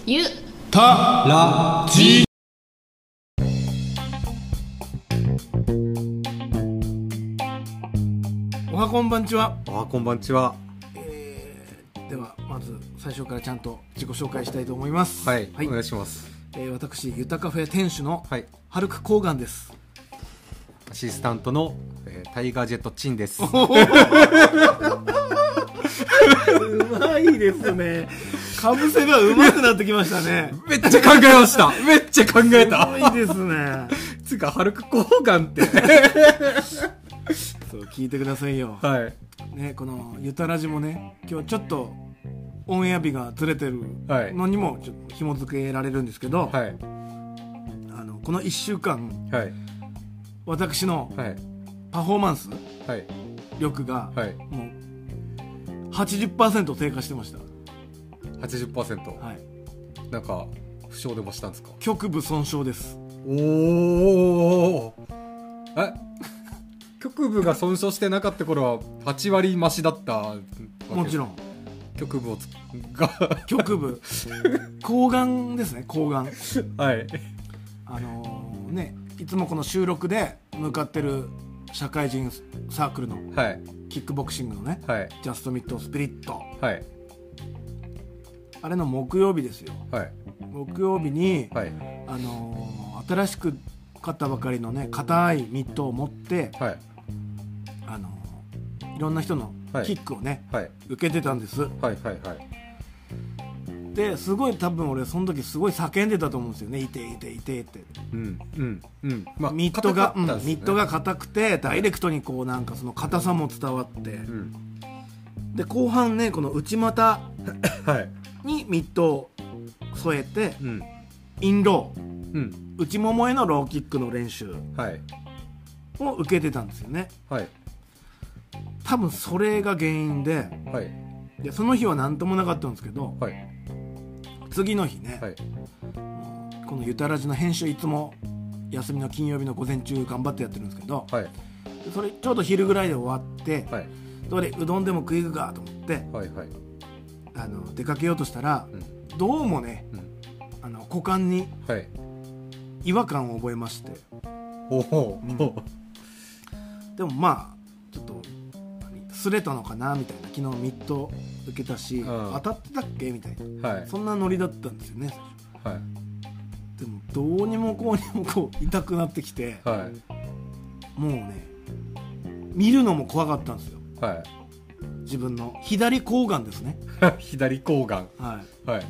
ゆたらじ。 おはこんばんちは。 こんばんちは。 ではまず最初からちゃんと自己紹介したいと思います。 はい、お願いします。 私ゆたカフェ店主のはい、 ハルクコーガンです。 アシスタントの、タイガージェットチンです。 うまいですね。かぶせがうまくなってきましたね。 めっちゃ考えました。めっちゃ考えた。 すごいですね。 つうかハルクコーガンってそう聞いてくださいよ。 はいね、このゆたラジもね、今日ちょっとオンエア日がずれてるのにもちょっと紐付けられるんですけど、 はい、 この1週間、 はい、 私のはい、 パフォーマンスはい、 力がはい、 もう 80% 低下してました。 80%、 はい、 なんか負傷でもしたんですか？ 局部損傷です。 おお。局部が損傷してなかった頃は8割増しだったわけ？ もちろん局部が局部睾丸ですね、睾丸。 はいね、いつもこの収録で向かってる社会人サークルのはいキックボクシングのね、 はい、 ジャストミットスピリット、 はい、 あれの木曜日ですよ。 はい、 木曜日に、 はい、 新しく買ったばかりのね硬いミットを持って、 はい、 いろんな人のキックをね、 はい、 受けてたんです。 はい、はい、はい。 ですごい多分俺その時すごい叫んでたと思うんですよね。痛い痛い痛いって、 うんうんうん。まあ、 ミットが、 ね、 ミットが硬くてダイレクトにこうなんかその硬さも伝わって、 うん、 で後半ねこの内股にミットを添えて、 うん、 インロー、 うん、 内ももへのローキックの練習を受けてたんですよね。 はい、 多分それが原因で、 はい、 でその日は何ともなかったんですけど、 はい、 次の日ね、 はい、 このゆたらじの編集いつも休みの金曜日の午前中頑張ってやってるんですけど、 はい、 それちょうど昼ぐらいで終わって、 はい、 どれうどんでも食い行くかと思って、 はい、はい、 出かけようとしたら、 うん、 どうもね、 うん、 股間にはい違和感を覚えまして、 ほうほう、 でもまあちょっと擦れたのかなみたいな、昨日ミット受けたし、当たってたっけみたいな、はい、そんなノリだったんですよね、 はい、 でもどうにもこうにもこう痛くなってきて、 はい、 もうね見るのも怖かったんですよ、 はい、 自分の左睾丸ですね左睾丸、 はい、はい、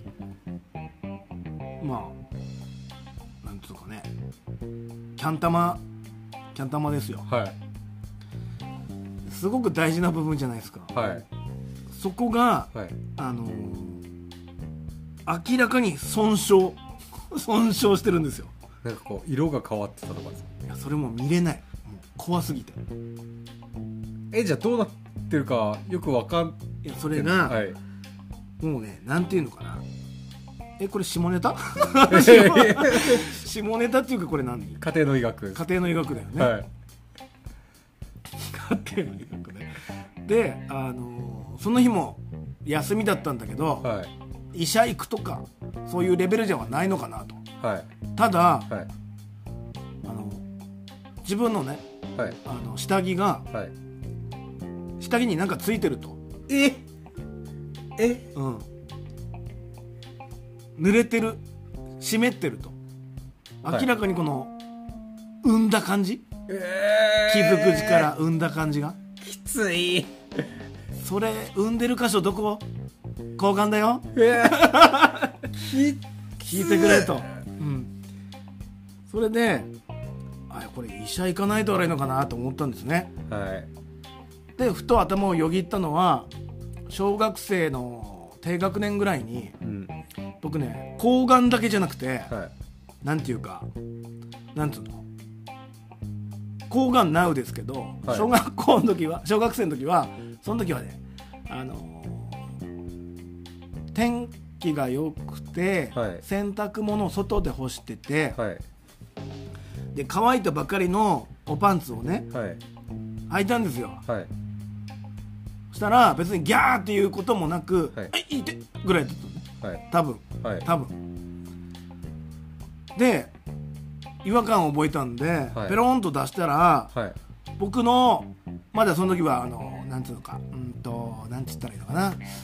まあなんつうかね、キャン玉ですよ、はい、すごく大事な部分じゃないですか、はい、そこが、はい、明らかに損傷してるんですよ。 なんかこう色が変わってたとかですか？ いやそれも見れない、もう怖すぎて。 じゃあどうなってるかよくわかん。 いやそれが、 はい、 もうねなんていうのかな、これ下ネタ下ネタっていうかこれ何？ 家庭の医学だよね、はい、家庭の医学ね。でその日も休みだったんだけど、はい、医者行くとかそういうレベルじゃないのかなと、はい、ただ、はい、自分のね、はい、下着が、はい、下着になんかついてると、うん、濡れてる、湿ってると、明らかにこの産んだ感じ、気づく力産んだ感じがきつい。 それ産んでる箇所どこ？睾丸だよ聞いてくれと、うん、それでこれ医者行かないと悪いのかなと思ったんですね、はい、でふと頭をよぎったのは小学生の低学年ぐらいに、うん、僕ね睾丸だけじゃなくて、はい、なんていうかなんつうの睾丸ナウですけど、はい、小学生の時はその時はね天気が良くて、はい、洗濯物を外で干してて、はい、で乾いたばかりのおパンツをね、はい、履いたんですよ、はい、そしたら別にギャーっていうこともなく、はい、いてぐらいだったのね、はい、多分はい、 多分で違和感を覚えたんで、 はい、 ペロンと出したら、 はい、 僕のまだその時はなんつうのかなんつったらいいのかな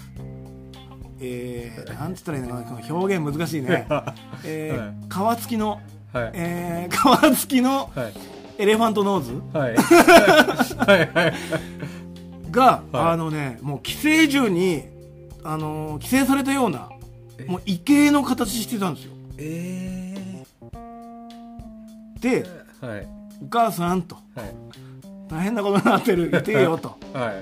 なんつったらいいのかな表現難しいね、はい、皮付きの、はい皮付きのエレファントノーズ、はいはいはい、が、はい、もう寄生獣に寄生されたようなもう異形の形してたんですよ。で、はい、お母さんと、はい、大変なことになってる、いてよと、はい、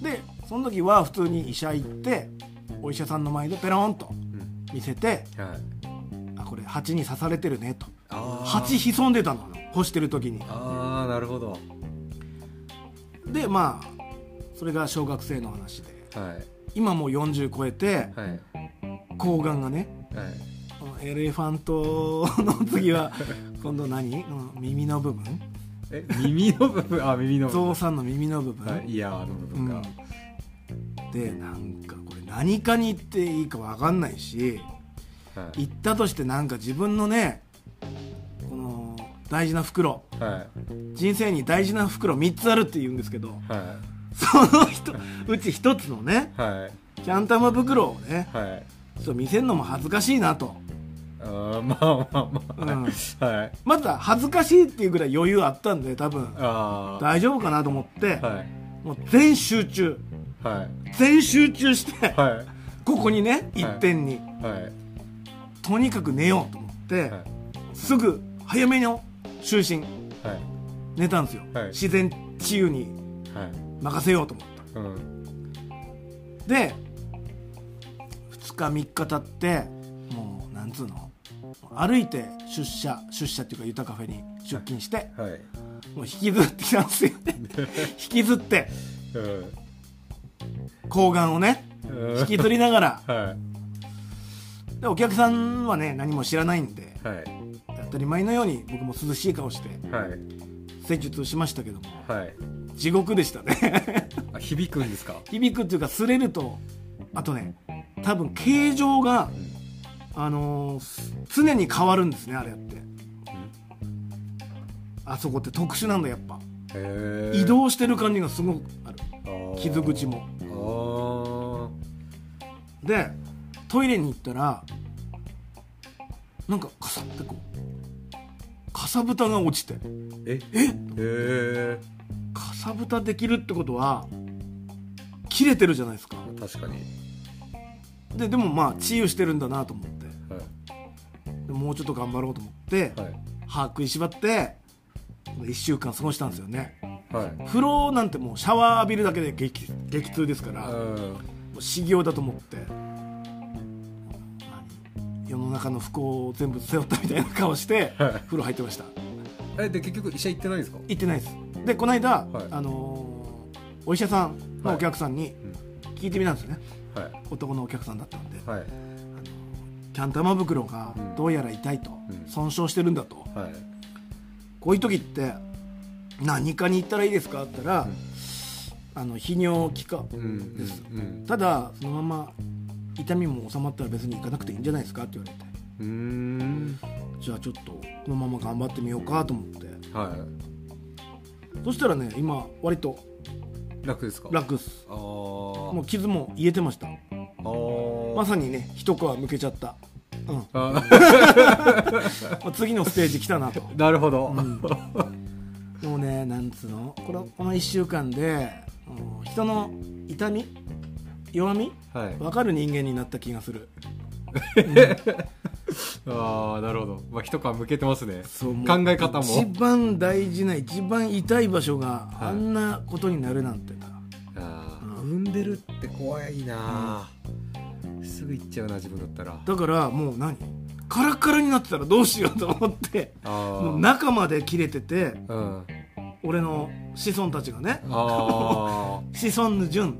でその時は普通に医者行ってお医者さんの前でペロンと見せて、うんはい、あこれ蜂に刺されてるねと。蜂潜んでたの干してる時に。 ああなるほど。 でまあそれが小学生の話で、はい、今もう40超えて、はい、睾丸がね、はい、エレファントの次は今度何耳の部分耳の部分耳の部分ゾウさんの耳の部分、 はい、イヤーの部分か、 うん、でなんかこれ何かに言っていいか分かんないし、はい、言ったとしてなんか自分のねこの大事な袋、はい、人生に大事な袋3つあるって言うんですけど、はい、そのうち1つのね、はい、キャンタマ袋をね、はい、ちょっと見せるのも恥ずかしいなと。 まあまあまあ、うんはい、まだ恥ずかしいっていうぐらい余裕あったんで多分大丈夫かなと思って、はい、もう全集中、はい、全集中して、はい、ここにね一点に、はい、とにかく寝ようと思って、はい、すぐ早めの就寝、はい、寝たんですよ、はい、自然治癒に任せようと思った、はいうん、で2日3日経ってもうなんつうの歩いて出社っていうかユタカフェに出勤して、はい、もう引きずってきたんですよ引きずって、うん、睾丸をね、うん、引きずりながら、はい、でお客さんはね何も知らないんで、はい、当たり前のように僕も涼しい顔して、はい、施術しましたけども、はい、地獄でしたね響くんですか？ 響くっていうか擦れるとあとね多分形状が、常に変わるんですねあれやって、あそこって特殊なんだやっぱ移動してる感じがすごくある傷口もでトイレに行ったらなんかカサってこうかさぶたが落ちてかさぶたできるってことは切れてるじゃないですか。 確かに。 でもまあ治癒してるんだなと思って、はい、でもうちょっと頑張ろうと思って、はい、歯食いしばって1週間過ごしたんですよね、はい、風呂なんてもうシャワー浴びるだけで激痛ですからもう修行だと思って世の中の不幸を全部背負ったみたいな顔して、はい、風呂入ってました。 で結局医者行ってないんですか？ 行ってないです。でこの間、はいお医者さんのお客さんに聞いてみたんですよね、はい、男のお客さんだったんで、はい、キャンタマ袋がどうやら痛いと、うん、損傷してるんだと、はい、こういう時って何かに行ったらいいですかって言ったら、うん、泌尿器科です、うんうんうん、ただそのまま痛みも収まったら別に行かなくていいんじゃないですかって言われてじゃあちょっとこのまま頑張ってみようかと思って、はい、そしたらね今割と楽ですか？楽です。もう傷も癒えてました。まさにね一皮むけちゃった、うん、次のステージ来たなとなるほど、 うん、もうねなんつうのこの1週間で人の痛み弱み、はい、分かる人間になった気がする、 うん、あなるほど、まあ、一皮むけてますね。考え方も一番大事な一番痛い場所があんなことになるなんてな、 産んでるって怖いな、うん、すぐ行っちゃうな自分だったら。 だからもうカラッカラになってたらどうしようと思ってもう中まで切れてて、うん、俺の子孫たちがね子孫の順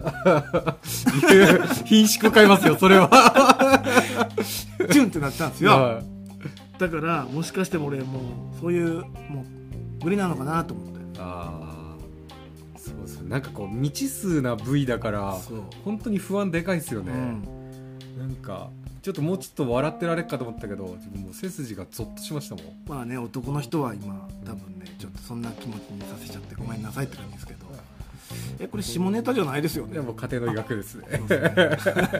品種変えますよそれは順ってなったんですよ、はい、だからもしかして俺もうそういうもう無理なのかなと思って。 そうです。なんかこう未知数な部位だから本当に不安でかいですよね、うん、なんかちょっともうちょっと笑ってられるかと思ったけど、自分もう背筋がゾッとしましたもん。 まあね、男の人は今多分ねちょっとそんな気持ちにさせちゃってごめんなさいって感じですけど、これ下ネタじゃないですよね。 いやもう家庭の医学ですね。 そうですねという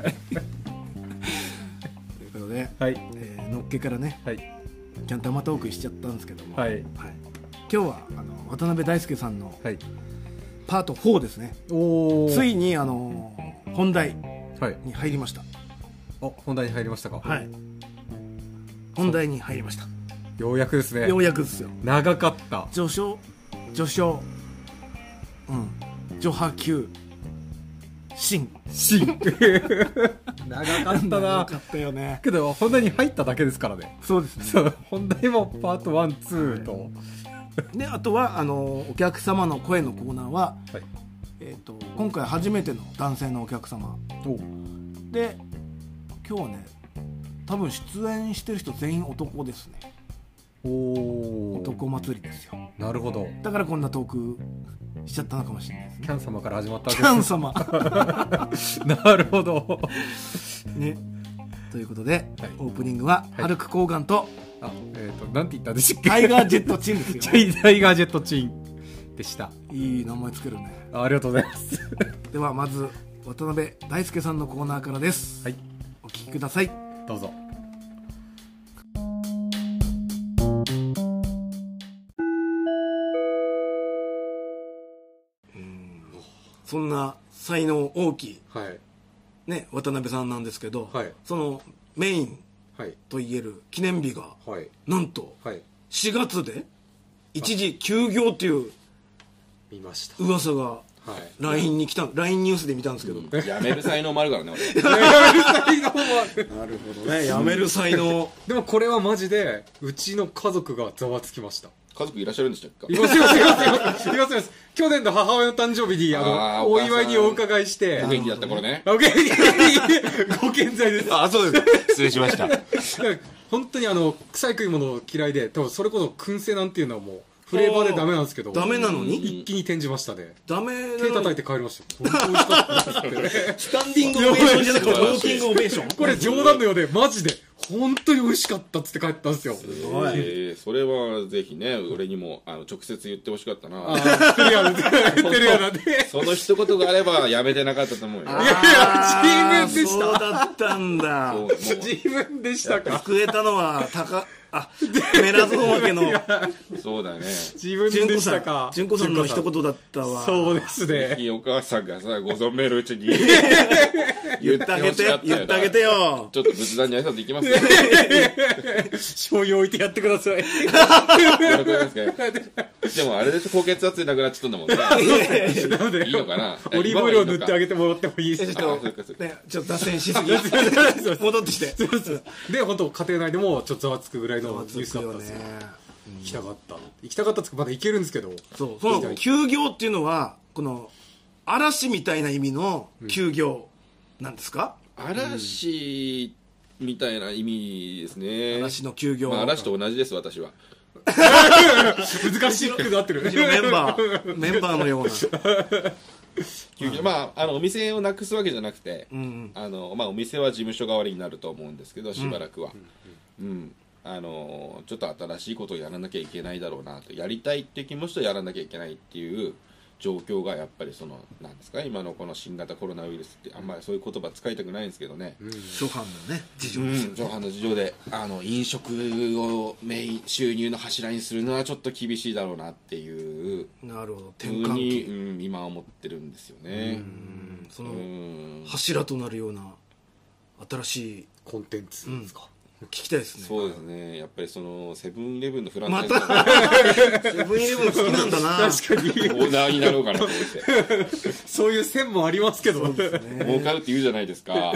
ことで、 はい、 のっけからね、 はい、 キャン玉トークしちゃったんですけども、 はい、 今日は渡辺大輔さんのはい、 パート4ですね。 おー、 ついに本題はい、 に入りました。 本題に入りましたか。 はい、本題に入りました。 ようやくですね。 ようやくですよ。 長かった。 序章、序波級新長かったな。 長かったよね。 けど本題に入っただけですからね。 そうですね。 そう本題もパート1、2と、 であとはお客様の声のコーナーは、 はい、 今回初めての男性のお客様で、今日はね多分出演してる人全員男ですね。男祭りですよ。 なるほど。 だからこんなトークしちゃったのかもしれないですね。 キャン様から始まったわけキャン様なるほどね。ということで、 はい、 オープニングは、ハルク・コーガンとなんて言ったんでしたっけ。 タイガー・ジェット・チンですよ、ね、 タイガー・ジェット・チンでした。 いい名前つけるね。 ありがとうございますではまず渡辺大輔さんのコーナーからです。 はい、 お聞きください。 どうぞ。 そんな才能大きい、 はいね、渡辺さんなんですけど、 はい、 そのメインといえる記念日が、 はい、 なんと 4 月で一時休業っていう見ました噂が LINE に来た、LINE ニュースで見たんですけど、 やめる才能もあるからね俺。 やめる才能もある。 なるほどね、やめる才能でもこれはマジでうちの家族がざわつきました。 家族いらっしゃるんでしたっけ。 います去年の母親の誕生日にお祝いにお伺いして。 お元気だった頃ね。 お元気ご健在です。 あ、そうです。失礼しました。 本当に臭い食い物嫌いで、多分それこそ燻製なんていうのはもうフレーバーでダメなんですけど、 ダメなのに一気に転じましたね。 ダメ手叩いて帰りましたよ。本当美味しかったですって。 スタンディングオベーションじゃなくてローキングオベーション。 これ冗談のようでマジで本当に美味しかったっつって帰ったんですよ。 すごい。 それはぜひね、俺にも直接言ってほしかったな。 言ってるやなんで。 その一言があればやめてなかったと思うよ。 いやいや、自分でした。 そうだったんだ。 自分でしたか。 救えたのはメラゾーマ家のそうだね。 自分でしたか。 純子さんの一言だったわ。 そうですね。 お母さんがさ、ご存命のうちに言ってあげてよ。 ちょっと仏壇に挨拶行きますよ。 醤油置いてやってください。 でもあれでしょ、高血圧でなくなっちゃったんだもんね。いいのかな。 オリーブオイルを塗ってあげてもらってもいいですか。 ちょっと脱線しすぎ。戻ってきて。 で、本当家庭内でもちょっとざわつくぐらいのニュースだったんですよ。行きたかったってまだ行けるんですけど。 その休業っていうのはこの嵐みたいな意味の休業なんですか。 嵐みたいな意味ですね。 嵐の休業。 嵐と同じです私は。 難しくなってる。 メンバーのような。 休業、お店をなくすわけじゃなくて、お店は事務所代わりになると思うんですけど、しばらくは、ちょっと新しいことをやらなきゃいけないだろうなと、やりたいっていう気持ちとやらなきゃいけないっていう状況がやっぱりなんですか、今のこの新型コロナウイルスってあんまりそういう言葉使いたくないんですけどね、 諸般のね事情ですよね。 諸般の事情で飲食をメイン収入の柱にするのはちょっと厳しいだろうなっていうなるほど、 ふうに、今思ってるんですよね。 その柱となるような新しいコンテンツですか。 聞きたいですね。 そうですね。やっぱりセブンイレブンのフランチャイズ、 またセブンイレブン好きなんだな。 確かにオーナーになろうかなと思ってそういう線もありますけど、 儲かるって言うじゃないですか。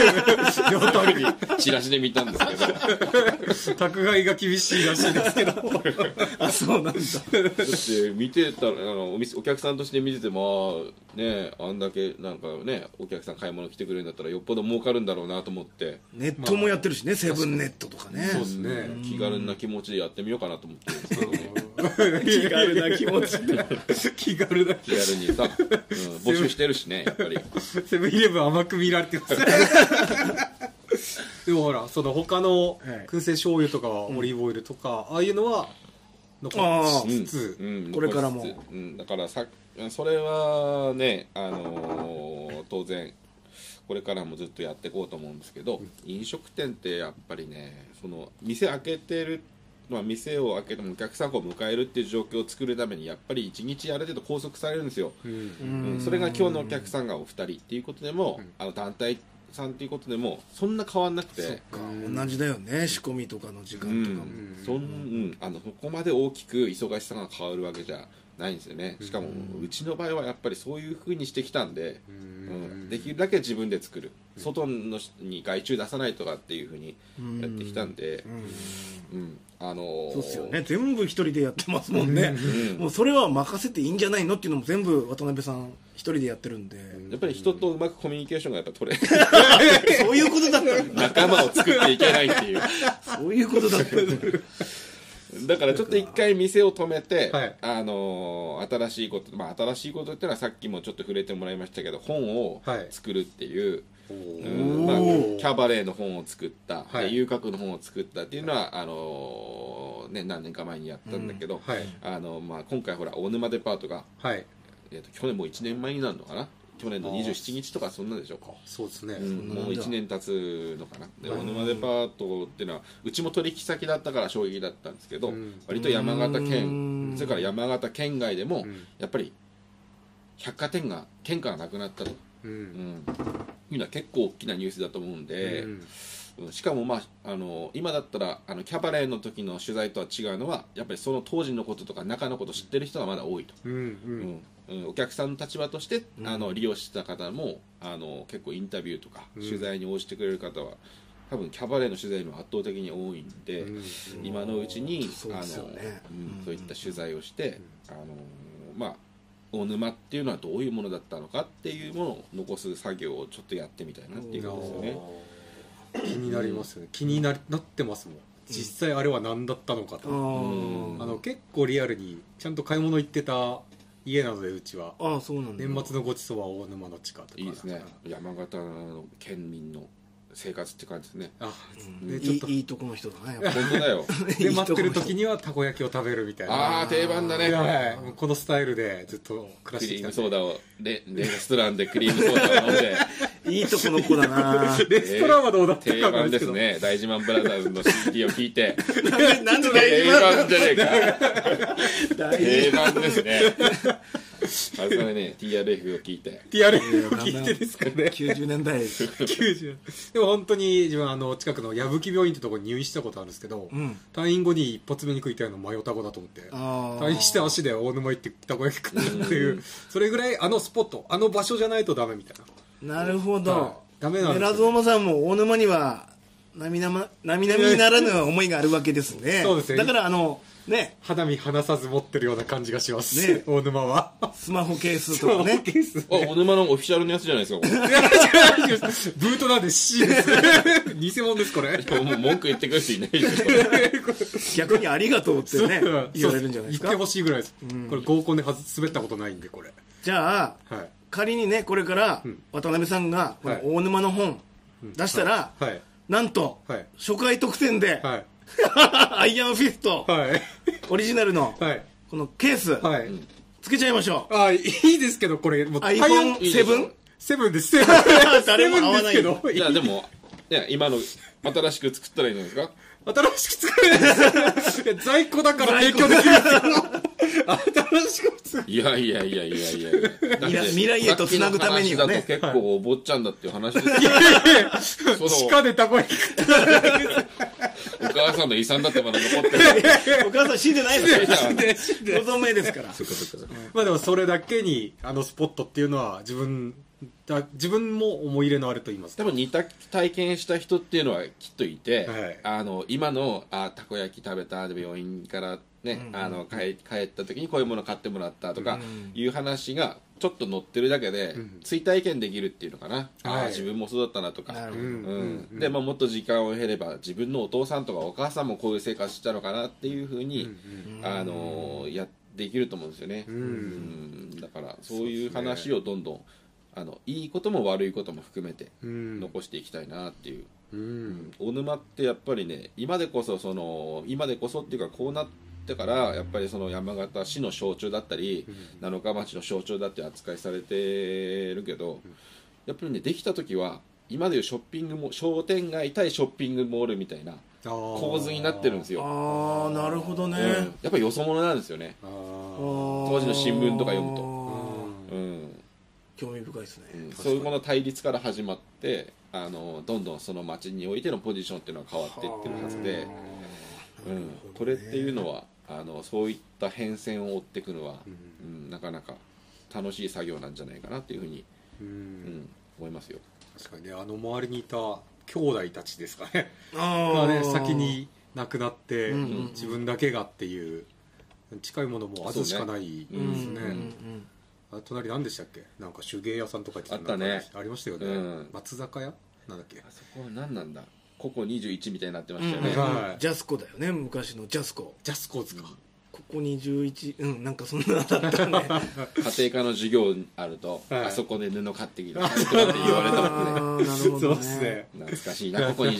チラシで見たんですけど宅配が厳しいらしいですけどあ、そうなんだ。だって見てたらお客さんとして見ててもね、あんだけなんかねお客さん買い物来てくれるんだったらよっぽど儲かるんだろうなと思って。 ネットもやってるしね、セブンネットとかね。 そうですね。 気軽な気持ちでやってみようかなと思って気軽な気持ちで気軽にさ、募集してるしね、やっぱりセブンイレブン甘く見られてますでもほらその他の燻製醤油とかオリーブオイルとか、ああいうのは残しつつ、 これからも、 だからそれはね、当然これからもずっとやっていこうと思うんですけど、飲食店ってやっぱりね、その店開けてる、店を開けてもお客さんを迎えるっていう状況を作るためにやっぱり一日ある程度拘束されるんですよ、それが今日のお客さんがお二人っていうことでも、団体さんっていうことでもそんな変わんなくて、そっか、 同じだよね、仕込みとかの時間とかも、 そこまで大きく忙しさが変わるわけじゃないんですよね。しかもうちの場合はやっぱりそういう風にしてきたんで、できるだけ自分で作る、外のに外注出さないとかっていう風にやってきたんで、 そうっすよね、全部一人でやってますもんね、もうそれは任せていいんじゃないのっていうのも全部渡辺さん一人でやってるんで、 やっぱり人とうまくコミュニケーションがやっぱ取れるそういうことだったんだ、 仲間を作っていけないっていうそういうことだったんだだからちょっと一回店を止めて、新しいこと、新しいことっていうのはさっきもちょっと触れてもらいましたけど、本を作るっていう、キャバレーの本を作った、遊郭の本を作ったっていうのは何年か前にやったんだけど、今回ほら大沼デパートが、去年もう1年前になるのかな、去年の27日とかそんなでしょうか。 そうですね、 もう1年経つのかな。で大沼デパートっていうのはうちも取引先だったから衝撃だったんですけど、割と山形県、それから山形県外でもやっぱり百貨店が県からなくなったと、いうのは結構大きなニュースだと思うんで、しかも今だったらキャバレーの時の取材とは違うのは、やっぱりその当時のこととか中のことを知ってる人がまだ多いと、お客さんの立場として利用してた方も結構インタビューとか取材に応じてくれる方は多分キャバレーの取材の圧倒的に多いんで、今のうちにそういった取材をして大沼っていうのはどういうものだったのかっていうものを残す作業をちょっとやってみたいなっていうことですよね。 気になりますよね、気になってますもん、実際あれは何だったのかと、結構リアルにちゃんと買い物行ってた家なので、うちは年末のごちそうは大沼の地下とか。 いいですね、山形の県民の生活って感じですね。 ちょっといいとこの人だね、 本当だよで待ってる時にはたこ焼きを食べるみたいな、 定番だね、 このスタイルでずっと暮らしてきた。 クリームソーダをレストランでクリームソーダを飲んでいいとこの子だなレストランはどうだったか定番ですね。大自慢ブラザーズの CD を聞いてなんで定番じゃねえか定番ですね。あれからね TRF を聞いて TRF を聞いてですかね。 90年代 90でも本当に自分近くの矢吹病院ってところに入院したことあるんですけど、退院後に一発目に食いたいのマヨタコだと思って、退院して足で大沼行ってたこ焼き食ったっていう、それぐらいスポット場所じゃないとダメみたいな。 なるほど、 ダメなんです。 メラゾーマさんも大沼には並々にならぬ思いがあるわけですね。 そうですね。 だからね、 肌身離さず持ってるような感じがしますね、大沼は。 スマホケースとかね。 大沼のオフィシャルのやつじゃないですか。 ブートなんで C です。偽物ですこれ。 もう文句言ってくる人いないでしょ。逆にありがとうってね言われるんじゃないですか。 言ってほしいぐらいです。これ合コンで滑ったことないんでこれ。 じゃあ仮にねこれから渡辺さんが大沼の本出したら、なんと初回特典で。アイアンフィスト、オリジナルのこのケース、つけちゃいましょう。 いいですけどこれもう iPhone7？ 7です。 誰も合わないけど。 いやでも今の新しく作ったらいいんじゃないですか。 新しく作れないです。在庫だから提供できるんですよ。新しく作る。 いや未来へとつなぐためにはね。 結構お坊ちゃんだっていう話ですよ。 地下でたこ焼き食ったお母さんの遺産だってまだ残ってる。 お母さん死んでないですからね。ご存命ですから。 まあでもそれだけにスポットっていうのは自分も思い入れのあると言いますか。 多分似た体験した人っていうのはきっといて、今のたこ焼き食べた病院からね、帰った時にこういうもの買ってもらったとかいう話がちょっと載ってるだけで追体験できるっていうのかな、自分もそうだったなとか、でもっと時間を経れば自分のお父さんとかお母さんもこういう生活したのかなっていうふうにできると思うんですよね。だからそういう話をどんどんいいことも悪いことも含めて残していきたいなっていう、大沼ってやっぱりね、今でこそっていうか、こうなってからやっぱりその山形市の象徴だったり、七日町の象徴だって扱いされてるけど、やっぱりね、できた時は今でいうショッピングモ商店街対ショッピングモールみたいな構図になってるんですよ。 ああ、なるほどね、 やっぱりよそ者なんですよね、当時の新聞とか読むと。 興味深いですね、 そういうこの対立から始まって、どんどんその町においてのポジションっていうのは変わっていってるはずで、これっていうのはそういった変遷を追っていくのは、なかなか楽しい作業なんじゃないかなっていうふうに、思いますよ。 確かにね、周りにいた兄弟たちですかねがね、先に亡くなって、自分だけがっていう近いものもあとしかないですね。隣何でしたっけ、なんか手芸屋さんとか言ってあったね、 ありましたよね、松坂屋なんだっけ、 あそこは何なんだ、ココ21みたいになってましたよね、 ジャスコだよね、昔のジャスコですか、 ここに11、なんかそんなだったね家庭科の授業あると、あそこで布買ってきたって言われたもんね。 なるほどね、 そうですね、 懐かしいな、ここ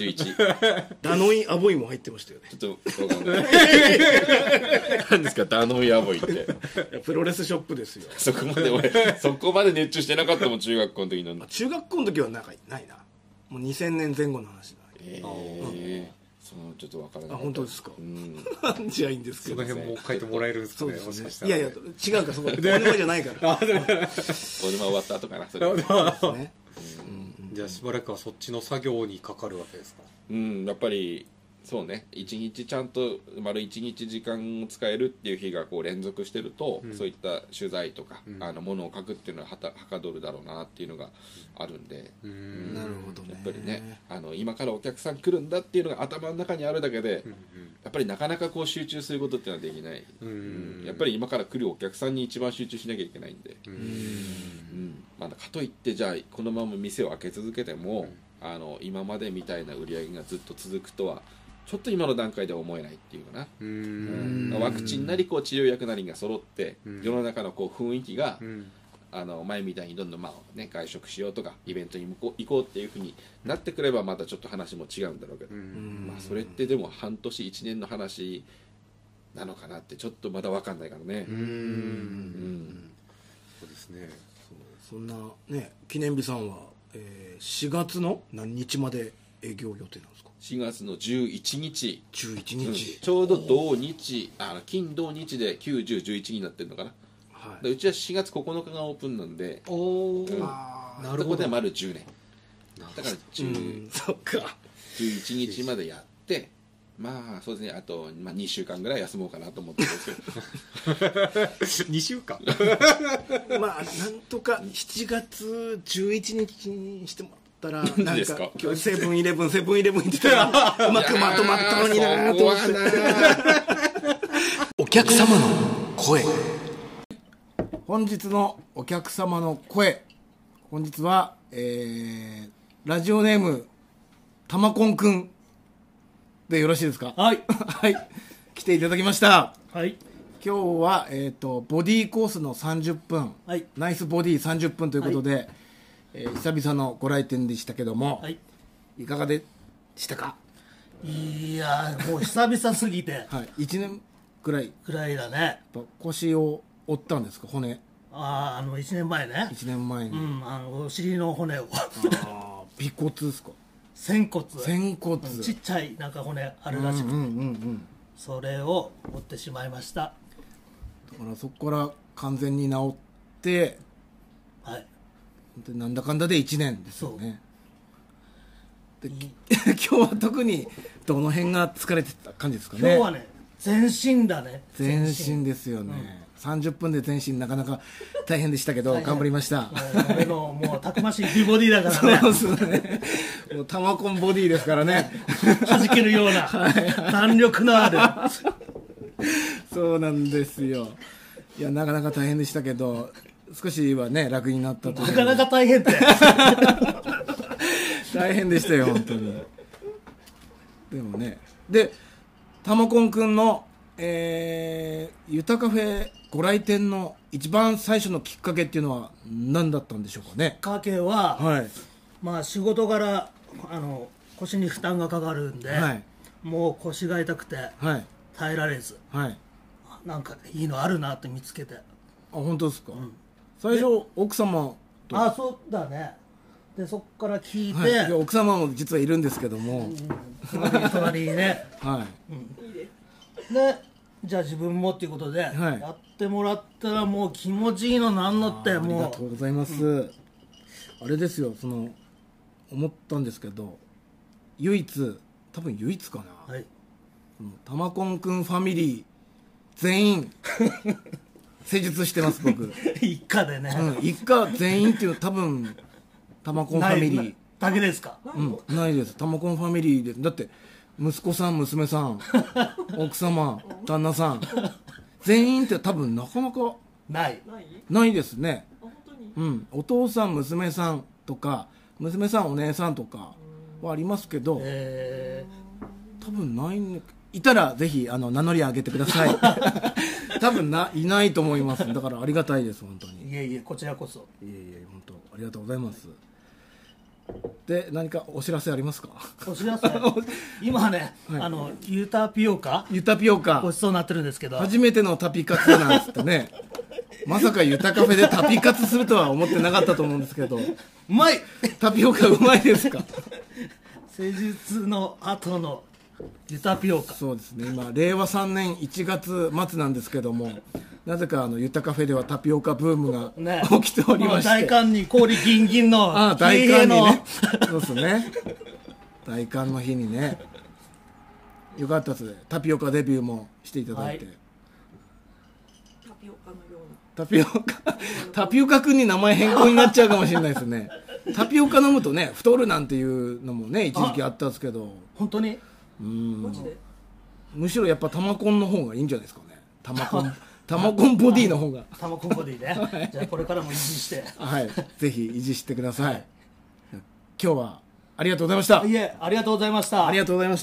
21 ダノイアボイも入ってましたよね。 ちょっとわかんない何ですかダノイアボイって。 いやプロレスショップですよ。 そこまで熱中してなかったもん、中学校の時の。 中学校の時はないな、もう2000年前後の話だ。 ちょっとわからない。 あ、本当ですか。じゃあいいんですけど、 その辺も書いてもらえるんですかね、もしかしたら。 いや違うか、そこ大沼じゃないから大沼終わった後かな、それですね。 じゃあしばらくはそっちの作業にかかるわけですか。 やっぱりそうね、一日ちゃんと丸1日時間を使えるっていう日がこう連続してると、そういった取材とか、ものを書くっていうのははかどるだろうなっていうのがあるんで、 なるほどね。 やっぱりね、今からお客さん来るんだっていうのが頭の中にあるだけで、やっぱりなかなかこう集中することっていうのはできない、やっぱり今から来るお客さんに一番集中しなきゃいけないんで、かといってじゃあこのまま店を開け続けても、今までみたいな売り上げがずっと続くとはちょっと今の段階では思えないっていうかな。ワクチンなりこう治療薬なりが揃って、世の中のこう雰囲気が、前みたいにどんどん、外食しようとかイベントに行こうっていうふうになってくればまたちょっと話も違うんだろうけど、それってでも半年1年の話なのかなってちょっとまだ分かんないからね。 そうですね。 そんなね、記念日さんは、4月の何日まで営業予定なんですか。 4月の11日 11日、 ちょうど土日金土日で9、10、11になってるのかな、うちは4月9日がオープンなんで、 なるほど、 そこで丸10年だからそっか 11日までやって、そうですね、あと、2週間ぐらい休もうかなと思ってるんですけど 2週間なんとか7月11日にしてもらったら、なんか今日セブンイレブン言ってたらうまくまとまったのになと思ってお客様の声、本日のお客様の声、本日は、ラジオネームたまこんくんでよろしいですか。 はいはい、来ていただきました。 はい、 今日は、ボディーコースの30分、ナイスボディ30分ということで、久々のご来店でしたけども、いかがでしたか。 いやもう久々すぎて、 1年くらいだね。 腰を折ったんですか、骨。 1年前ね。 1年前に、 お尻の骨を尾骨ですか。 仙骨ちっちゃいなんか骨あるらしくて、それを折ってしまいました。だからそこから完全に治って、でなんだかんだで1年ですよね。で今日は特にどの辺が疲れてた感じですかね。 今日はね、全身だね。 全身ですよね、30分で全身なかなか大変でしたけど、頑張りました。 俺のもうたくましい美ボディだからね。 そうですね、もうタマコンボディですからね弾けるような弾力のあるそうなんですよ。いやなかなか大変でしたけど、少しはね楽になったという。 なかなか大変って大変でしたよ本当に。でもね、でたまこんくんのゆたカフェご来店の一番最初のきっかけっていうのは何だったんでしょうかね。 きっかけは、 はい、 まあ仕事柄腰に負担がかかるんで、はい、もう腰が痛くて耐えられず、はい、なんかいいのあるなって見つけて。 本当ですか、最初奥様と。 そうだね。でそっから聞いて、 はい、奥様も実はいるんですけども、 隣にね、 はい、 でじゃあ自分もっていうことで、やってもらったらもう気持ちいいのなんのって。もうありがとうございます、あれですよ、思ったんですけど、多分唯一かな、はい、たまこんくんファミリー全員施術してます僕一家でね、 一家全員っていうの多分たまこんファミリーだけですか。 ないです。たまこんファミリーで、だって息子さん娘さん奥様旦那さん全員って多分なかなかないですね。お父さん娘さんとか娘さんお姉さんとかはありますけど、多分いたらぜひ名乗り上げてください多分いないと思います。だからありがたいです本当に。 いえいえ、こちらこそ。 いえいえ、本当ありがとうございます。で、何かお知らせありますか？ お知らせ今ね、ゆたピオカごちそうになってるんですけど、 初めてのタピカツなんつってねまさかゆたカフェでタピカツするとは思ってなかったと思うんですけど、うまいタピオカうまいですか？ 施術の後のゆたピオカ。 そうですね、今令和3年1月末なんですけども、なぜかゆたカフェではタピオカブームが、起きておりまして、 大寒に氷ギンギンの大寒にねそうですね、大寒の日にね、よかったですね。タピオカデビューもしていただいて、 タピオカのようなタピオカくんに名前変更になっちゃうかもしれないですねタピオカ飲むとね太るなんていうのもね一時期あったんですけど、 本当にマジでむしろやっぱタマコンの方がいいんじゃないですかね。タマコンボディの方がタマコンボディねじゃあこれからも維持してはいぜひ維持してください、今日はありがとうございました。 いえ、ありがとうございました。 ありがとうございました。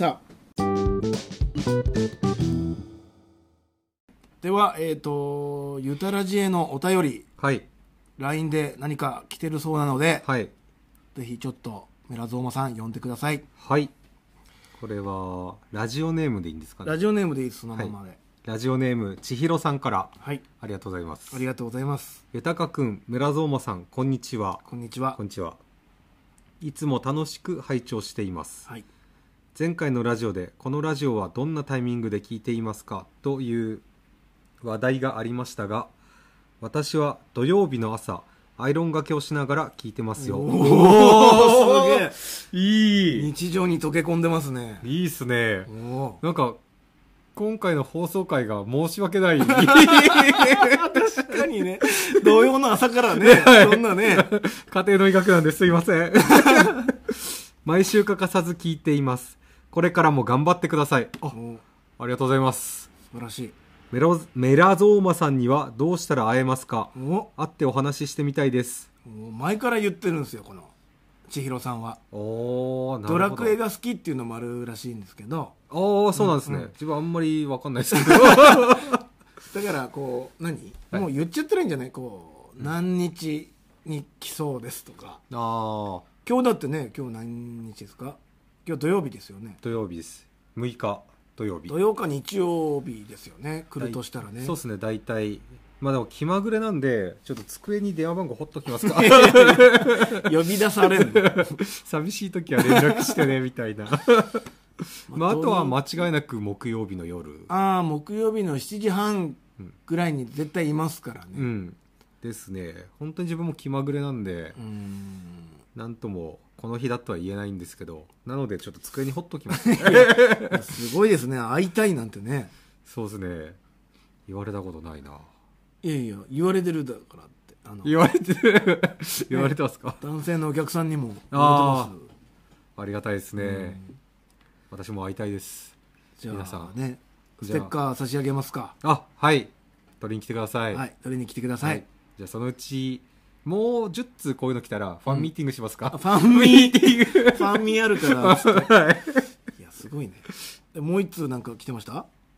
ではゆたらじへのお便り、 はい、 LINE で何か来てるそうなので、 はい、 ぜひちょっとメラゾーマさん呼んでください。 はい、これはラジオネームでいいんですかね。 ラジオネームでいいです、そのままで、はい、 ラジオネームちひろさんから、 はい、 ありがとうございます。 ありがとうございます。 ゆたかくん、メラゾーマさん、こんにちは。 こんにちは。 こんにちは。いつも楽しく拝聴しています、 はい、 前回のラジオでこのラジオはどんなタイミングで聞いていますかという話題がありましたが、私は土曜日の朝アイロンがけをしながら聞いてますよ。 おーすげえ、 いい日常に溶け込んでますね。 いいっすね。なんか今回の放送回が申し訳ない確かにね、土曜の朝からね、そんなね家庭の医学なんですいません毎週欠かさず聞いています。これからも頑張ってください。ありがとうございます。 素晴らしい。 メラゾーマさんにはどうしたら会えますか？会ってお話ししてみたいです。 前から言ってるんですよ、この千尋さんは。ドラクエが好きっていうのもあるらしいんですけど。 そうなんですね、自分あんまり分かんないですけどだからこうもう言っちゃってるんじゃない、こう何日に来そうですとか。今日だってね、今日何日ですか？今日土曜日ですよね。 土曜日です。6日土曜日。 土曜か日曜日ですよね、来るとしたらね。 そうですね、大体。まあでも気まぐれなんで、ちょっと机に電話番号ほっときますか呼び出される寂しい時は連絡してねみたいなまあ、あとは間違いなく木曜日の夜。 木曜日の7時半ぐらいに絶対いますからね、 ですね。本当に自分も気まぐれなんで、なんともこの日だとは言えないんですけど、なのでちょっと机にほっときますねすごいですね、会いたいなんてね。 そうですね、言われたことないな。 いやいや、言われてるだからって。 言われてる言われてますか？ 男性のお客さんにも言われてます。 ありがたいですね、私も会いたいです。 じゃあ皆さんね、ステッカー差し上げますか？ はい、取りに来てください。 はい、取りに来てください、 じゃあそのうちもう10通こういうの来たらファンミーティングしますか？ ファンミーティングファンミーあるからいやすごいね。もう1通なんか来てました？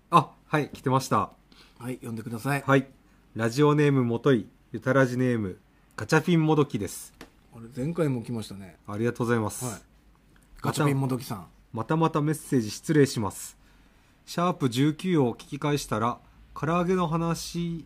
はい、来てました。 はい、読んでください。 はい。ラジオネームもとい、ゆたらじネーム、ガチャピンもどきです。 あれ、前回も来ましたね。 ありがとうございます。 はい。ガチャピンもどきさん。 またまたメッセージ失礼します。シャープ19を聞き返したら、唐揚げの話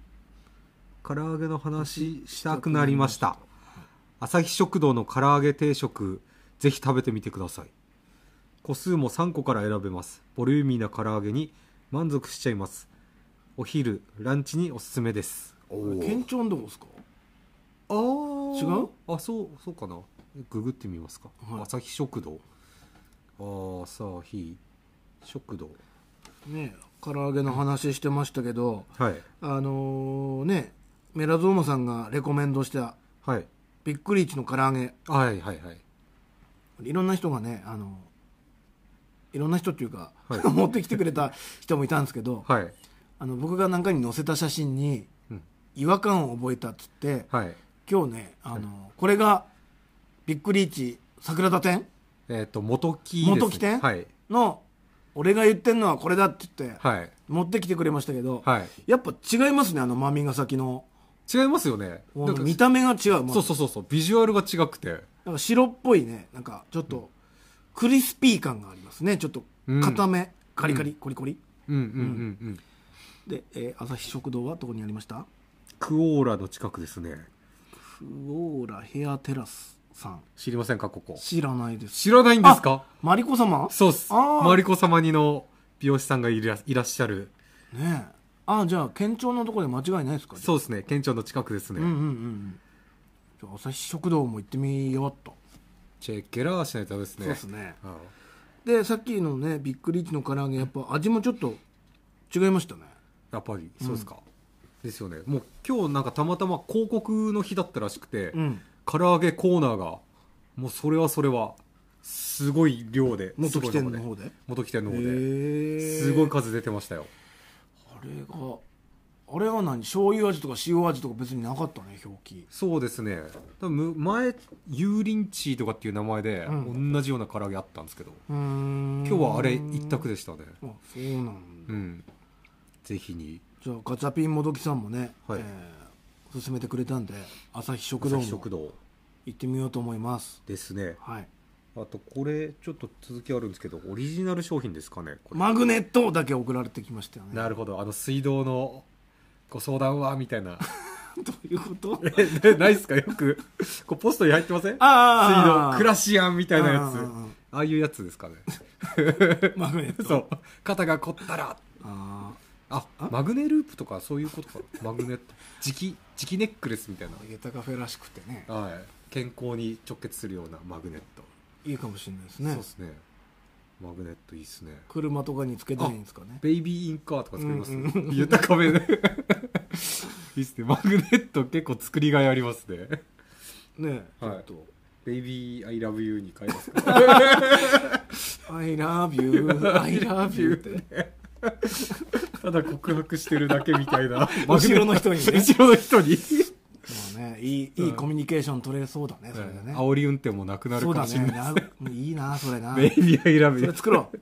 したくなりました。朝日食堂の唐揚げ定食、ぜひ食べてみてください。個数も3個から選べます。ボリューミーな唐揚げに満足しちゃいます。お昼ランチにおすすめです。 県庁のどこですか？ あー、 違う？ あ、そうかな。ググってみますか。はい、朝日食堂。朝日食堂ね、唐揚げの話してましたけど、 はい、 ね、メラゾーマさんがレコメンドした、 はい、 びっくり市の唐揚げ、 はいはいはい、 いろんな人がね、いろんな人っていうか、はい、持ってきてくれた人もいたんですけど、はい、僕が何かに載せた写真に、違和感を覚えたっつって、はい、今日ね、これがびっくり市桜田店、 元木店、はい、の俺が言ってんのはこれだって言って、はい、持ってきてくれましたけど、はい、やっぱ違いますね、真見ヶ崎の。 違いますよね。 見た目が違う、 そうビジュアルが違くて、 なんか白っぽいね、なんかちょっとクリスピー感がありますね。ちょっと固め、カリカリ、コリコリ。で、朝日食堂はどこにありました？ クオーラの近くですね。 クオーラヘアテラスさん。 知りませんか？ここ知らないです。 知らないんですか？ マリコ様？ そうっす。マリコ様にの美容師さんがいらっしゃるねえ。じゃあ県庁のところで間違いないですか？ そうですね、県庁の近くですね。 じゃあ朝日食堂も行ってみようと。 チェッケラーしないとですね。 そうですね。でさっきのねびっくり市の唐揚げ、やっぱ味もちょっと違いましたね。 やっぱりそうですか。ですよね。もう今日なんかたまたま広告の日だったらしくて、唐揚げコーナーがもうそれはすごい量で、 元木店の方ですごい数出てましたよ。 あれは何、醤油味とか塩味とか別になかったね、表記。 そうですね。多分前油淋鶏とかっていう名前で同じような唐揚げあったんですけど、今日はあれ一択でしたね。 そうなんだ。 ぜひに。 じゃあガチャピンもどきさんもね、勧めてくれたんで朝日食堂も行ってみようと思いますですね。 はい。 あとこれちょっと続きあるんですけど、オリジナル商品ですかね。 マグネットだけ送られてきましたよね。 なるほど。水道のご相談はみたいなどういうこと？ ないっすか？よくこうポストに入ってません？水道クラシアンみたいなやつ、ああいうやつですかね。 マグネット。 そう、肩が凝ったらマグネループとかそういうことか。マグネット磁気ネックレスみたいな。 ゲタカフェらしくてね、 健康に直結するようなマグネットいいかもしれないですね。 そうですね。マグネットいいですね。 車とかにつけたいんですかね。 ベイビーインカーとか作ります。豊かめでいいっすね。マグネット結構作りがいありますね。 ねえ、ちょっとベイビー I love you に変えますか。 I love you I love you ってただ告白してるだけみたいな。 後ろの人にね。 後ろの人にもうね、いいコミュニケーション取れそうだね、それでね。 煽り運転もなくなるかもしれない。 そうだね。いいな、それな。 ベイビー I love you。 それ作ろう。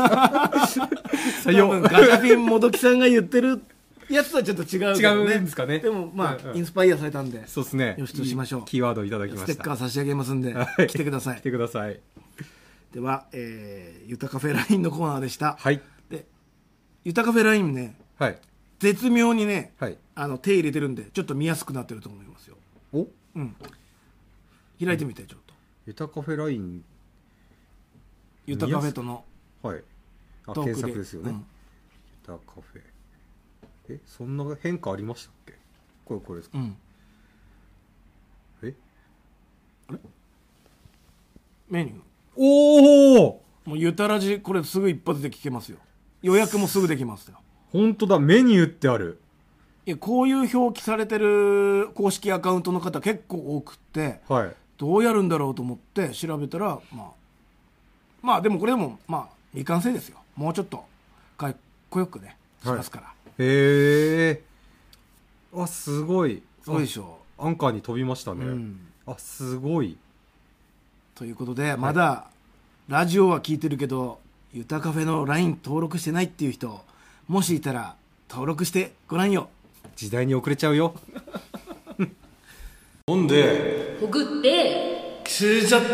多分ガチャピンもどきさんが言ってるやつはちょっと違うけどね。 違うんですかね。 でもまあ、インスパイアされたんで。 そうですね。 よしとしましょう。 キーワードいただきました。 ステッカー差し上げますんで、来てください。 来てください。 では、ゆたカフェラインのコーナーでした。 はい。 で、ゆたカフェラインね、 はい。 絶妙にね、 はい、 手入れてるんでちょっと見やすくなってると思いますよ。 お、 開いてみてちょっと。 ゆたカフェライン、 ゆたカフェとの検索ですよね。ゆたカフェ、そんな変化ありましたっけ？これですか？ あれメニュー。 おお、 もうゆたらじ、これすぐ一発で聞けますよ。予約もすぐできますよ。 本当だ、メニューってある。 いや、こういう表記されてる公式アカウントの方結構多くって、どうやるんだろうと思って調べたら、まあでもこれでも未完成ですよ。もうちょっとかっこよくねしますから。 へえ。あ、すごい。 すごいでしょ。 アンカーに飛びましたね。あ、すごい。 ということで、まだラジオは聞いてるけどゆたカフェの LINE 登録してないっていう人もしいたら登録してごらんよ。 時代に遅れちゃうよ。飲んでほぐって吸えちゃって。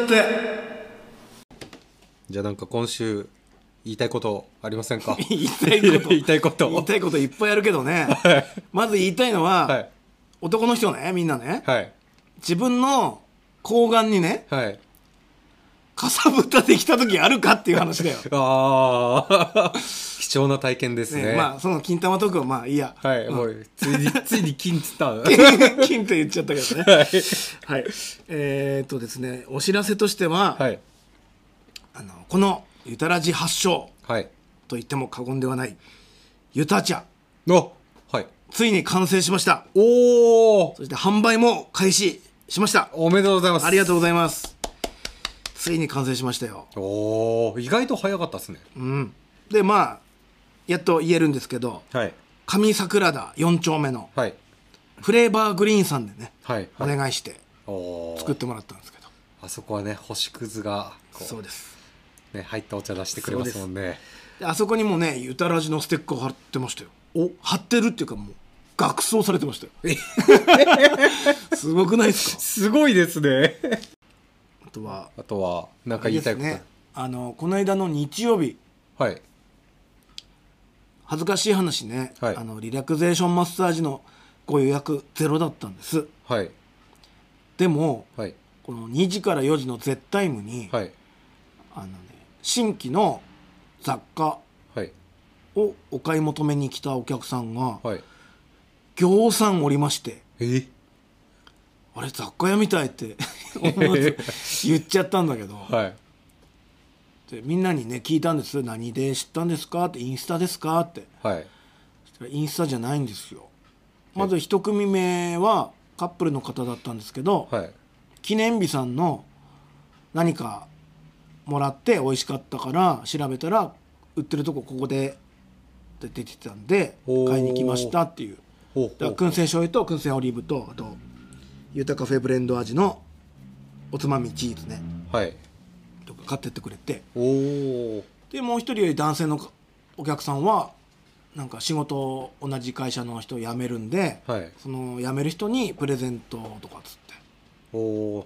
じゃあなんか今週言いたいことありませんか？ 言いたいこと言いたいこと言いたいこといっぱいあるけどね、まず言いたいのは、はい、男の人ね、みんなね、はい、自分の睾丸にね、はい、かさぶたできた時あるかっていう話だよ。 ああ貴重な体験ですね。 まあその金玉トークはまあいいや。 はい、もうついに金っつった金って言っちゃったけどね。はい、はい、ですね、お知らせとしては、はい、このゆたらじ発祥と言っても過言ではないゆた茶、はい、ついに完成しました。おお。そして販売も開始しました。 おめでとうございます。 ありがとうございます。ついに完成しましたよ。 おお、意外と早かったですね。 うん。でまあやっと言えるんですけど、はい、上桜田4丁目のフレーバーグリーンさんでね、はいはい、お願いして作ってもらったんですけど、 あそこはね星屑がそうですね、入ったお茶出してくれますもんね。 であそこにもねゆたらじのステッカー貼ってましたよ。貼ってるっていうかもう額装されてましたよ。すごくないですか？ すごいですね。 あとはなんか言いたいこと、 ね、この間の日曜日、はい、恥ずかしい話ね、はい、リラクゼーションマッサージのご予約ゼロだったんです、はい、でも、はい、この2時から4時の絶タイムに、はい、新規の雑貨をお買い求めに来たお客さんが、はい、ぎょうさんおりまして、あれ雑貨屋みたいって思わず言っちゃったんだけど、はい、でみんなにね聞いたんです。何で知ったんですかって。インスタですかって、はい、インスタじゃないんですよ。まず一組目はカップルの方だったんですけど、はい、記念日さんの何かもらって美味しかったから調べたら売ってるとこここで出てたんで買いに来ましたっていう。だから燻製醤油と燻製オリーブとあとゆたカフェブレンド味のおつまみチーズね、はい、とか買ってってくれて、でもう一人より男性のお客さんはなんか仕事同じ会社の人辞めるんで、はい、その辞める人にプレゼントとかっつって、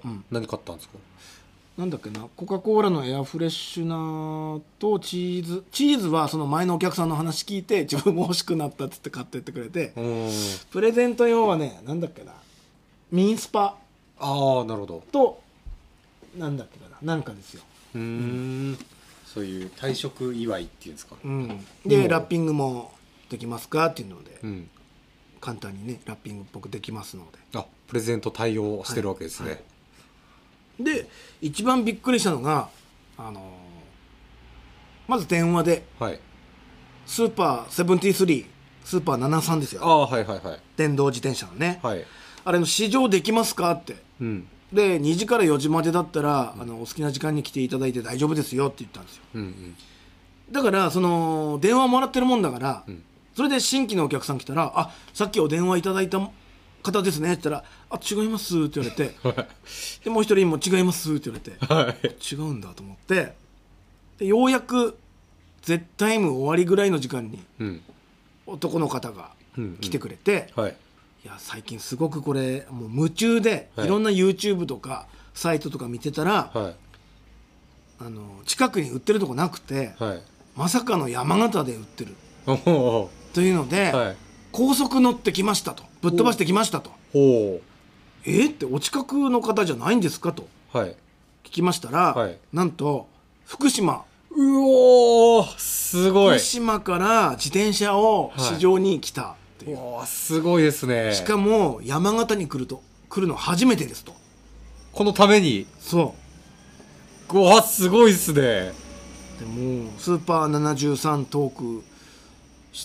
何買ったんですか？ なんだっけな、コカ・コーラのエアフレッシュナーとチーズはその前のお客さんの話聞いて自分も欲しくなったっつって買ってってくれて、プレゼント用はね、なんだっけな、ミンスパなるほどとなんだっけかな、なんかですよ。 そういう退職祝いっていうんですか、 でラッピングもできますかっていうので、簡単にねラッピングっぽくできますので、 プレゼント対応してるわけですね、はいはい、 で一番びっくりしたのがまず電話で、はい、スーパー73スーパー73ですよ。 はいはいはい、 電動自転車のね、はい、あれの試乗できますかって、で2時から4時までだったら、お好きな時間に来ていただいて大丈夫ですよって言ったんですよ、だからその電話もらってるもんだから、それで新規のお客さん来たらさっきお電話いただいた方ですねって言ったら違いますって言われてでもう一人も違いますって言われて、違うんだと思って、でようやく絶タイム終わりぐらいの時間に、男の方が来てくれて、いや最近すごくこれもう夢中で、いろんな YouTube とかサイトとか見てたら、近くに売ってるとこなくて、まさかの山形で売ってるというので、高速乗ってきましたと、ぶっ飛ばしてきましたと、ってお近くの方じゃないんですかと聞きましたら、なんと福島、 すごい、 福島から自転車を試乗に来た、 すごいですね。 しかも山形に来るの初めてですと、 このために。すごいですね。 でもスーパー73トークして、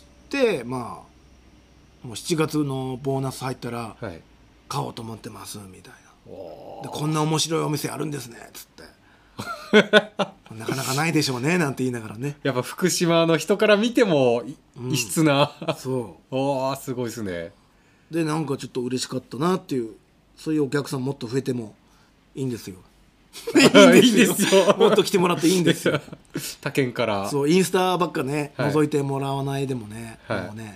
もう7月のボーナス入ったら買おうと思ってますみたいな、でこんな面白いお店あるんですねっつってなかなかないでしょうねなんて言いながらね、 やっぱ福島の人から見ても異質な、すごいですね。 でなんかちょっと嬉しかったなっていう、そういうお客さんもっと増えてもいいんですよ。いいですよもっと来てもらっていいんですよ。 他県からインスタばっかね、覗いてもらわないでもね、もうね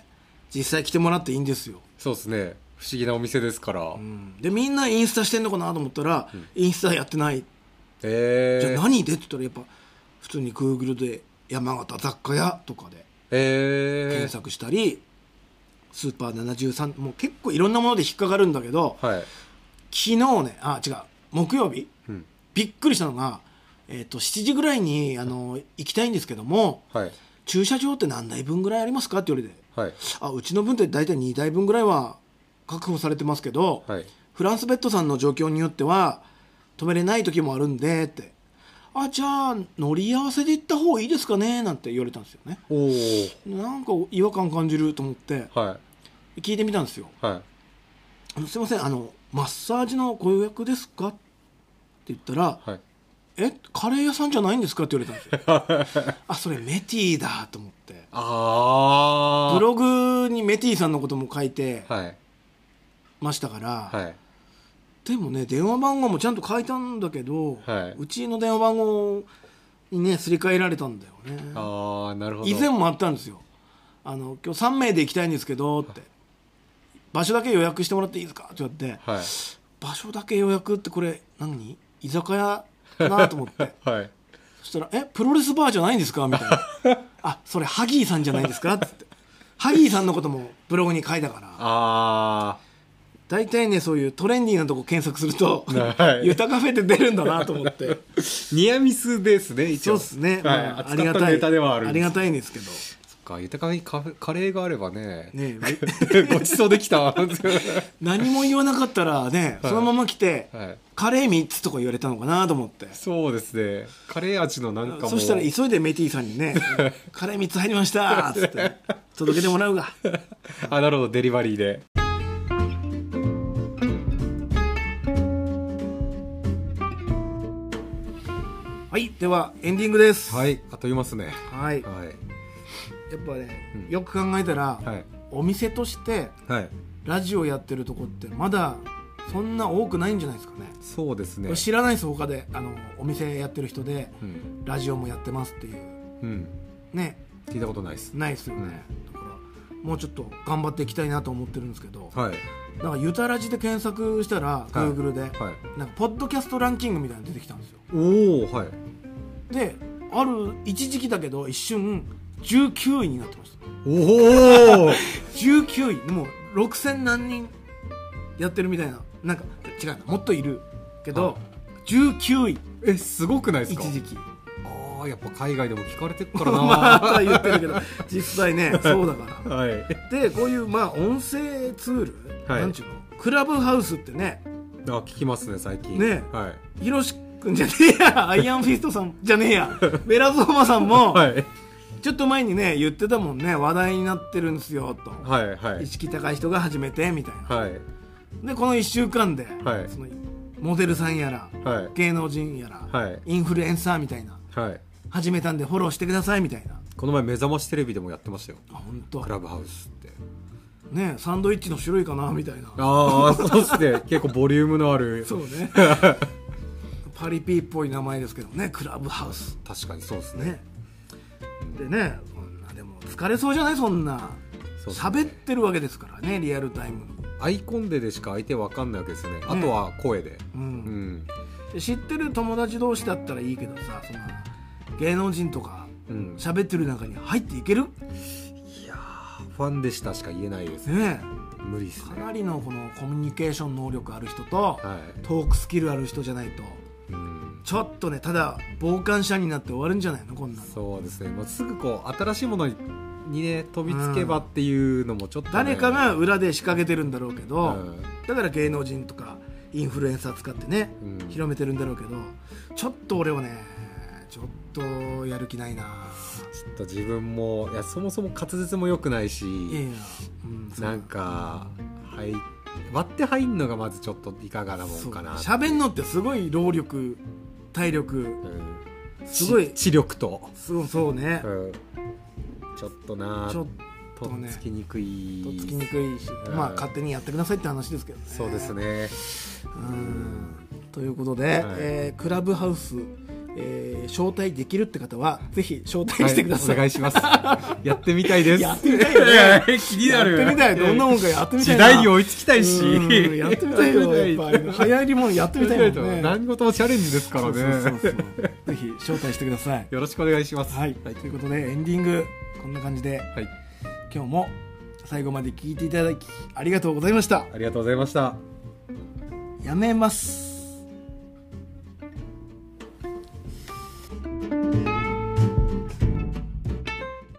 実際来てもらっていいんですよ。 そうですね、不思議なお店ですから、 でみんなインスタしてんのかなと思ったら、インスタやってない、じゃあ何でって言ったらやっぱ普通に Google で山形雑貨屋とかで検索したり、スーパー73、もう結構いろんなもので引っかかるんだけど、 はい、 昨日ね、木曜日、びっくりしたのが、7時ぐらいに行きたいんですけども、 はい、 駐車場って何台分ぐらいありますかって言われて、 はい、 うちの分って大体2台分ぐらいは確保されてますけど、 はい、 フランスベッドさんの状況によっては止めれない時もあるんでって、じゃあ乗り合わせで行った方がいいですかねなんて言われたんですよね。なんか違和感感じると思って、聞いてみたんですよ。すいません、マッサージのご予約ですかって言ったら、カレー屋さんじゃないんですかって言われたんですよ。それメティだと思って、ブログにメティさんのことも書いてましたから、でもね電話番号もちゃんと書いたんだけど、うちの電話番号にねすり替えられたんだよね。 なるほど。 以前もあったんですよ。今日3名で行きたいんですけどって、場所だけ予約してもらっていいですかって言われて、場所だけ予約ってこれ何居酒屋なと思って、そしたらプロレスバーじゃないんですかみたいなそれハギーさんじゃないですかって言って、ハギーさんのこともブログに書いたから、大体ねそういうトレンディーなとこ検索するとユタカフェって出るんだなと思ってニアミスですね一応。 そうですね、ありがたい、ありがたいんですけど、 ユタカフェカレーがあればねごちそうできた何も言わなかったらね、そのまま来て、カレー3つとか言われたのかなと思って。 そうですね、カレー味のなんかも、 そしたら急いでメティさんにねカレー3つ入りましたっつって届けてもらうがなるほど、デリバリーで。 はい、ではエンディングです。 あっという間ですね。 やっぱね、よく考えたら、お店としてラジオやってるとこってまだそんな多くないんじゃないですかね。 そうですね、 知らないです、他でお店やってる人で、ラジオもやってますっていう、ね、 聞いたことないです。 ないですよね、だからもうちょっと頑張っていきたいなと思ってるんですけど、なんかユタラジで検索したら Google で、なんかポッドキャストランキングみたいなの出てきたんですよ。である一時期だけど一瞬19位になってました。19位でも6000何人やってるみたいな、なんか違うな、もっといるけど、19位。 すごくないですか。 一時期やっぱ海外でも聞かれてるからなまた言ってるけど実際ねそうだからでこういう音声ツール、なんちゅうの、クラブハウスってね、 聞きますね最近ね。ひろしくんじゃねえやアイアンフィストさんじゃねえやベラゾーマさんも、ちょっと前にね言ってたもんね、話題になってるんですよと、意識高い人が始めてみたいな、でこの1週間で、そのモデルさんやら、芸能人やら、インフルエンサーみたいな、始めたんでフォローしてくださいみたいな。 この前目覚ましテレビでもやってましたよ。 本当。 クラブハウスってね、サンドイッチの種類かなみたいな。 そうですね結構ボリュームのあるそうねパリピっぽい名前ですけどね、クラブハウス。 確かにそうですね。 でね、そんなでも疲れそうじゃない、そんな喋ってるわけですからね、リアルタイムに。 アイコンでしか相手分かんないわけですよね。あとは声で、 知ってる友達同士だったらいいけどさ、そんな芸能人とか喋ってる中に入っていける？ いやファンでしたしか言えないですね。無理ですね。 かなりのこのコミュニケーション能力ある人と、トークスキルある人じゃないと、ちょっとね、ただ傍観者になって終わるんじゃないの、こんなの。 そうですね、もうすぐこう新しいものにね飛びつけばっていうのもちょっと、ね、 誰かが裏で仕掛けてるんだろうけど、だから芸能人とかインフルエンサー使ってね、広めてるんだろうけど、ちょっと俺はね、ちょっとやる気ないな。 ちょっと自分も、いやそもそも滑舌も良くないし、なんか割って入んのがまずちょっといかがなもんかな。 喋んのってすごい労力、体力、すごい知力と、 そうね、 ちょっとな、 ちょっとね、 とっつきにくい、 し、まあ勝手にやってくださいって話ですけどね。 そうですね。 ということで、クラブハウス招待できるって方はぜひ招待してください、 お願いしますやってみたいです。 やってみたいよね気になる。 やってみたい。どんなもんかやってみたいな。 時代に追いつきたいしやってみたいよ。やっぱり流行りもんやってみたいもんね。 何事もチャレンジですからね。 そうぜひ招待してください。 よろしくお願いします。 はい、ということでエンディングこんな感じで、はい、今日も最後まで聞いていただきありがとうございました。 ありがとうございました。 やめます。